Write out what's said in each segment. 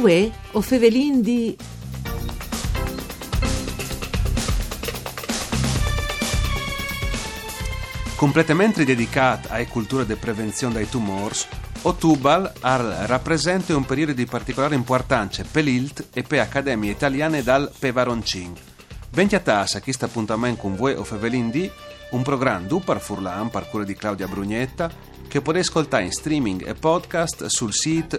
Uè, o fevelin di... Completamente dedicato alle culture di prevenzione dai tumori, Ottubal rappresenta un periodo di particolare importanza per l'ILT e per Accademie Italiane dal Pevaroncin. Venti a tassa questo appuntamento con voi o fevelin di un programma du par Furlan, par cura di Claudia Brugnetta, che potete ascoltare in streaming e podcast sul sito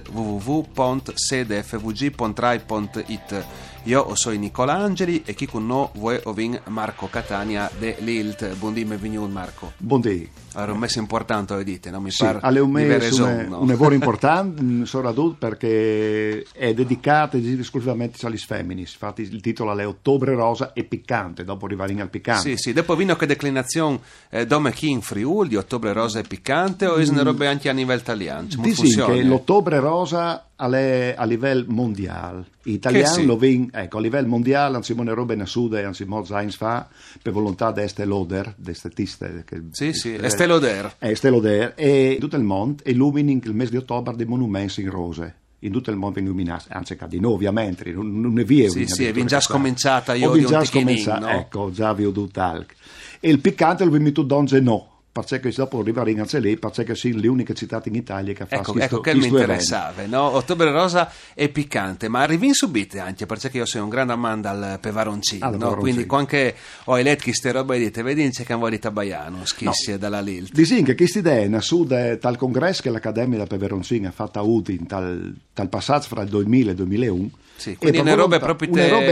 www.sedfvg.rai.it. Io sono Nicola Angeli e chi con noi vuoi ovin Marco Catania de l'ILT. Buondì, vignon Marco. Buondì. Allora, un mese importante, lo dite, non mi sì, pare alle un mese no? un lavoro importante, soprattutto perché è dedicato esclusivamente alle femmine. Infatti il titolo è Ottobre Rosa e Piccante, dopo arrivare al piccante. Sì, dopo vino che declinazione Dome chi in Friuli di Ottobre Rosa e Piccante o è una roba anche a livello italiano? Dici che l'Ottobre Rosa è a livello mondiale. Italiano sì. Lo vin, ecco, a livello mondiale, anziché robe in sud e anziché Zains fa per volontà di Estée Lauder, d'estetiste. Sì, Estée Lauder. Estée Lauder, e tutto il mondo illumina il mese di ottobre dei monumenti in rose. In tutto il mondo illuminato, anzi che di noi ovviamente, non ne vi è sì, è già scominciata io di un ticchinin, no? Ecco, già vi ho detto talc. E il piccante lo vi metto donze no. Perché dopo arrivare in lì, perché sono le uniche città in Italia che fanno ecco che mi interessava, no? Ottobre Rosa e Piccante, ma arrivi subito anche perché io sono un grande amante al pevaroncino, no? Quindi anche ho eletto queste robe e dite, vedi c'è che vuole italiano, schissi dalla Lilt. Disin che questa idea è nata dal congresso che l'Accademia del Pevaroncino ha fatto a Udine tal passaggio fra il 2000 e il 2001. Sì, quindi una robe proprio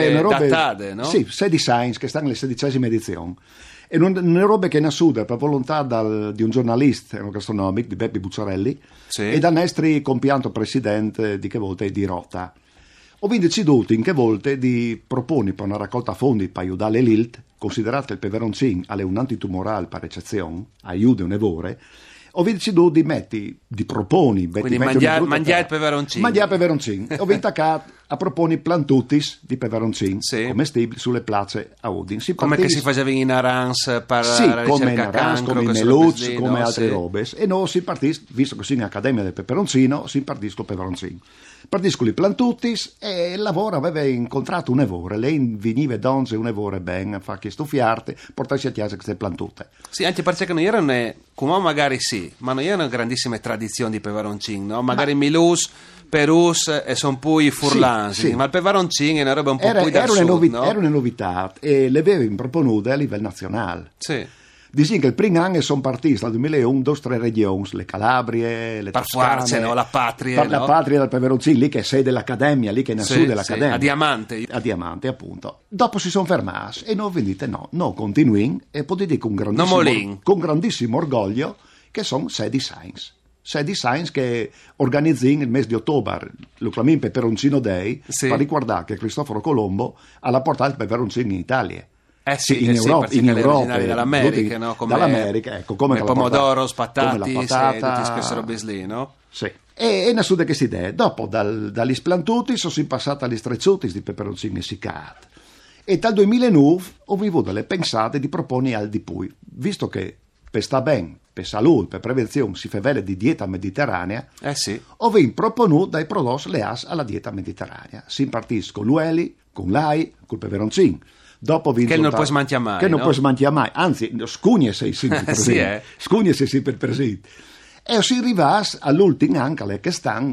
datate, no? Sì, 16 science che stanno alle 16esime edizioni. E una roba che è nata per volontà di un giornalista enogastronomico, di Beppe Bucciarelli, sì. E dal nostro compianto presidente di che volte di Rota. Ho quindi deciduto in che volte di proporre per una raccolta fondi per aiutare l'ILT, considerato il peveroncin alle un antitumorale per eccezione, aiuta un evore, ho deciduto di proponi quindi mangiare il peveroncino. Mangiare il peveroncino. Ho attaccato a proponi plantutis di peveroncino, sì. Commestibili sulle place a Udine. Come che si faceva in Arans per la come in ricerca Arans, cancro, come in Meluz, come altre robe. E noi si partì, visto che sono in Accademia del Peperoncino, si partì con il peveroncino. Partisco li plantutis e il lavoro aveva incontrato un evore. Lei veniva donze un evore ben a fare questo fiarte, portarsi a chiesa queste plantute. Sì, anche perché non erano, come magari sì, ma non erano grandissime tradizioni di peveroncino, no? Magari Milus, Perus e sono poi furlansi, sì. Ma il peveroncino è una roba un po' più da sud, no? Era una novità e le avevo proponute a livello nazionale. Sì. Dicono che il primo anno sono partiti dal 2001 2 o 3 regioni, le Calabrie, le Toscane, no? La patria, la patria del peveroncino, lì che è sede dell'Accademia, lì che è nel sud dell'Accademia. A Diamante. A Diamante, appunto. Dopo si sono fermati e noi vendite no, continuino e potete dire con grandissimo orgoglio che sono 16 science. 16 science che organizzano il mese di ottobre, lo chiamiamo Peperoncino Day, per ricordare che Cristoforo Colombo ha portato il peperoncino in Italia. In Europa, dall'America, no? Dall'America, ecco, come il pomodoro, patati, tutte queste robe lì, no? Sì. E nasce questa idea. Dopo, dagli splantuti, sono passati agli strecciuti di peperoncini essiccati. E dal 2009 ho avuto delle pensate di proporre al di più, visto che per sta bene, per salute, per prevenzione, si fa di dieta mediterranea, ho proponuto dai prodotti le as alla dieta mediterranea. Si impartisce con l'ueli, con l'ai, col peperoncino. Dopo che non puoi smantiare mai, anzi scugne sei sempre presente, scugne sei sempre presente. E si arriva all'ultimo anche le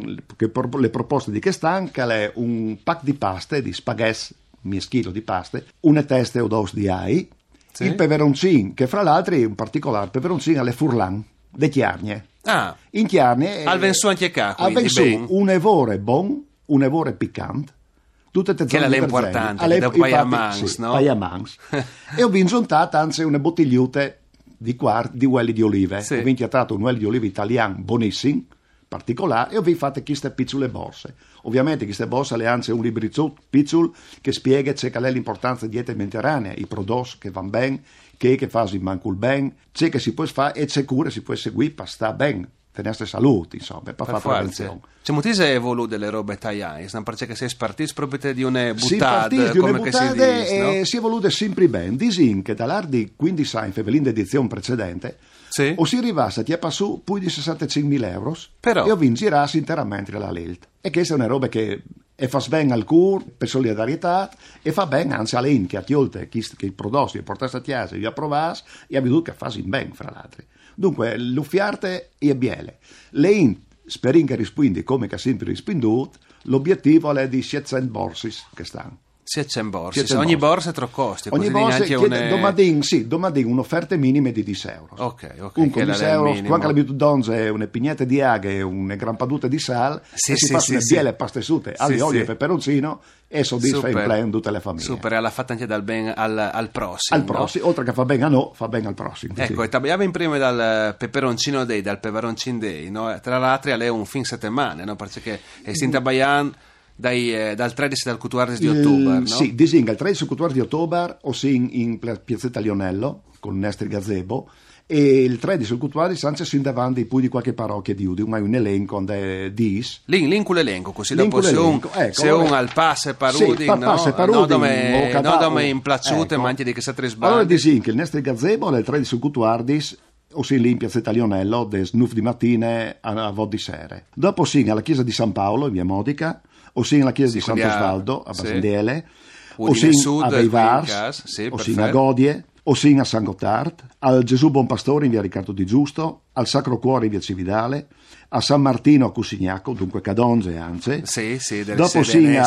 proposte di Kestan, che è un pack di paste, di spaghetti, mischilo di paste, una testa o dos di ai, il peperoncino, che fra l'altro è un particolare peperoncino alle furlan, de chiarnie. In chiarnie al vensu anche cacco, un evore bon, un evore piccante, tutte le che è l'importante, dopo Paiamans, no? Paiamans. E ho vinzontato anzi una bottigliute di ueli di olive. Ho vinchiato un uello di olive italiano buonissimo, particolare, e ho fatto queste piccole borse. Ovviamente queste borse le hanno un libriccio piccolo che spiega c'è qual è l'importanza di dieta mediterranea, i prodotti che vanno bene, che fanno in mancul bene, c'è che si può fare e c'è cura si può seguire per stare bene. Per la nostra salute, insomma, per fare prevenzione. C'è molto evoluto delle robe italiane, non perché sei partito proprio di una buttata, come che si dice, no? Si è evoluto sempre bene. Disin che dall'ardi 15 anni, l'edizione precedente, o si arrivasse a passare più di 65.000 euro, però, e ho vinto girarsi interamente la LILT. E questa è una roba che e fa bene al cur per solidarietà e fa bene anzi alle in che a tiolte che i prodotti portasse a chiesa e vi approvas e ha veduto che fa bene fra l'altro. Dunque l'uffiarte è biele le in sperin che rispondi come che ha sempre risponduto, l'obiettivo è di 700 borsis che stanno. 700 borsi, ogni borsa è troppo costi. Ogni borsa domani un'offerta minima di 10 euro. Ok. Comunque 10 euro, quando l'abbiamo donze, una pignetta di aghe e una gran paduta di sal, si fa una biele pastessute, ali olio e peperoncino e soddisfa in pleno tutte le famiglie. Super, e l'ha fatta anche dal ben al prossimo. Al prossimo, no? Oltre che fa bene a noi, fa bene al prossimo. Ecco, e tagliamo in prima dal peperoncino day, dal peperoncino day, no? Tra l'altro è un fin settimane, no? Perché è Sinta Bayan dal 13 dal 14 di ottobre, no? Sì, disinga il 13 e 14 di ottobre o in piazzetta Lionello con Nestri Gazebo e il 13 e il 14 anche sin davanti poi di qualche parrocchia di Udine, ma un elenco di dis. Link l'elenco, così dopo se un al passe per Udine, no dove implacciute, ma anche di che si sbaglia. Allora disinga il Nestri Gazebo il 13 e il 14 o si lì in piazzetta Lionello de snuf di mattina a vod di sere. Dopo si alla chiesa di San Paolo in via Modica o sì alla chiesa di Santo Osvaldo a Basendele, o sì a Veivars, o sì a Godie, o sì a San Gotthard, al Gesù Buonpastore in via Riccardo Di Giusto, al Sacro Cuore in via Cividale, a San Martino a Cusignacco, dunque Cadonze e Anze. Dopo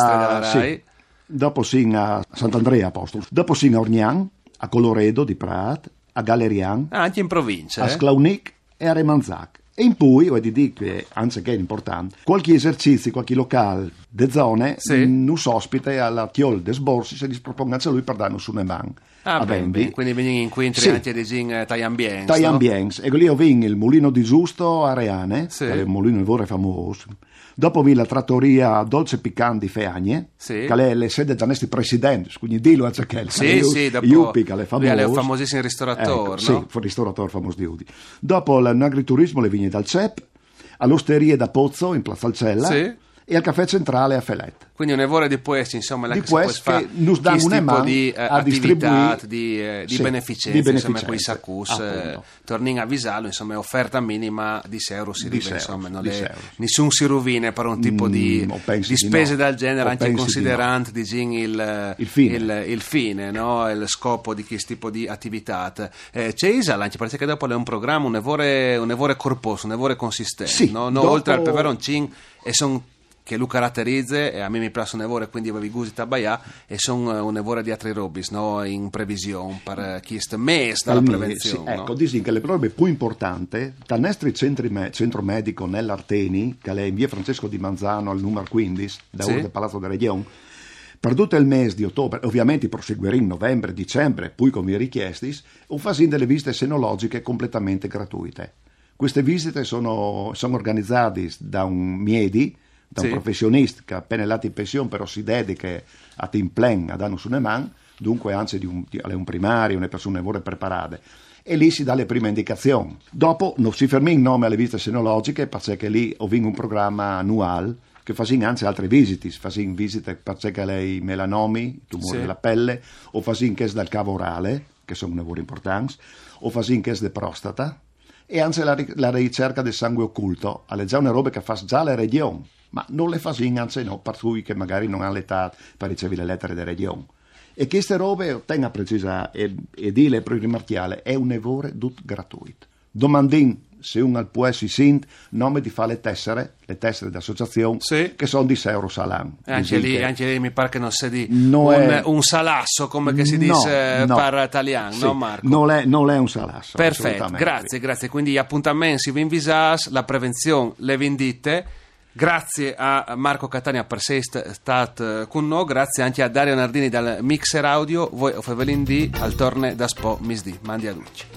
sì a Sant'Andrea Apostolo, dopo sì a Orgnan, a Coloredo di Prat, a Galerian, anche in provincia, a Sclaunic e a Remanzac. E in poi, vuoi dire che, anzi che è importante, qualche esercizio, qualche locale de zone, nus ospite alla Tiol des Borsi se li proponga anche lui per darne su ne man. Quindi vengono incontri anche di Taiambiens. Taiambiens, no? E lì ho vinto il mulino di Giusto a Reane, che è un mulino di famoso. Dopo vi la trattoria Dolce Piccante di Feagne, che è le sede gianesti presidenti, quindi dillo a che dopo che è famoso. È un famosissimo ristoratore, no? Sì, ristoratore famoso di Udi. Dopo l'agriturismo le vigne dal CEP, all'osteria da Pozzo in Piazza Alcella e al caffè centrale a Felet. Quindi un'evore di questi, insomma, di questo che nos dà un tipo di attività di beneficenza, insomma, con i Sacus, tornino a Visalo, insomma, è offerta minima di 6 euro si rive, insomma, non è nessun si rovina per un tipo di spese del genere, anche considerando il fine, no? Il scopo di questo tipo di attività. C'è Isal, anche perché dopo è un programma, un evore corposo, un evore consistente, no? Oltre al peperoncin e sono che lo caratterizza, e a me mi piace un evore, quindi avevi gusti tabaià e sono un evore di altri robis, no? In previsione per chi sta mese dalla prevenzione. Ecco, dici che le prove più importanti, dal nostro centro medico nell'Arteni, che è in via Francesco di Manzano al numero 15, da ora del Palazzo della Regione, per tutto il mese di ottobre, ovviamente proseguirà in novembre, dicembre, poi come richiesti, un fasin delle visite senologiche completamente gratuite. Queste visite sono organizzate da un Miedi, da un professionista che appena è in pensione però si dedica a timplen a danno su ne man, dunque anzi di un primario, una persona che vuole preparare, e lì si dà le prime indicazioni. Dopo non si ferma in nome alle visite senologiche perché lì ho vinto un programma annuale che fa anche altre visite, fa visite perché lei melanomi, tumori della pelle, o fa che è dal cavo orale, che sono lavori importanti, o fa che è da prostata, e anche la ricerca del sangue occulto, alle già una roba che fa già la regione, ma non le fa anzi no, per cui che magari non hanno l'età per ricevere le lettere della regione. E queste robe, tenga a precisare e dire per rimarchiare, è un evore tutto gratuito. Domandin se uno al può si sint, nome di fa le tessere d'associazione che sono di 6 euro sal'anno. Anche lì mi pare che non sia di un salasso come che si dice per italiano, no Marco? Non è un salasso. Perfetto, grazie. Quindi appuntamenti si vi invisas, la prevenzione, le vendite. Grazie a Marco Catania per essere stato con noi, grazie anche a Dario Nardini dal Mixer Audio, voi o Fevelin D al torne da Spo Misdi, mandi a luce.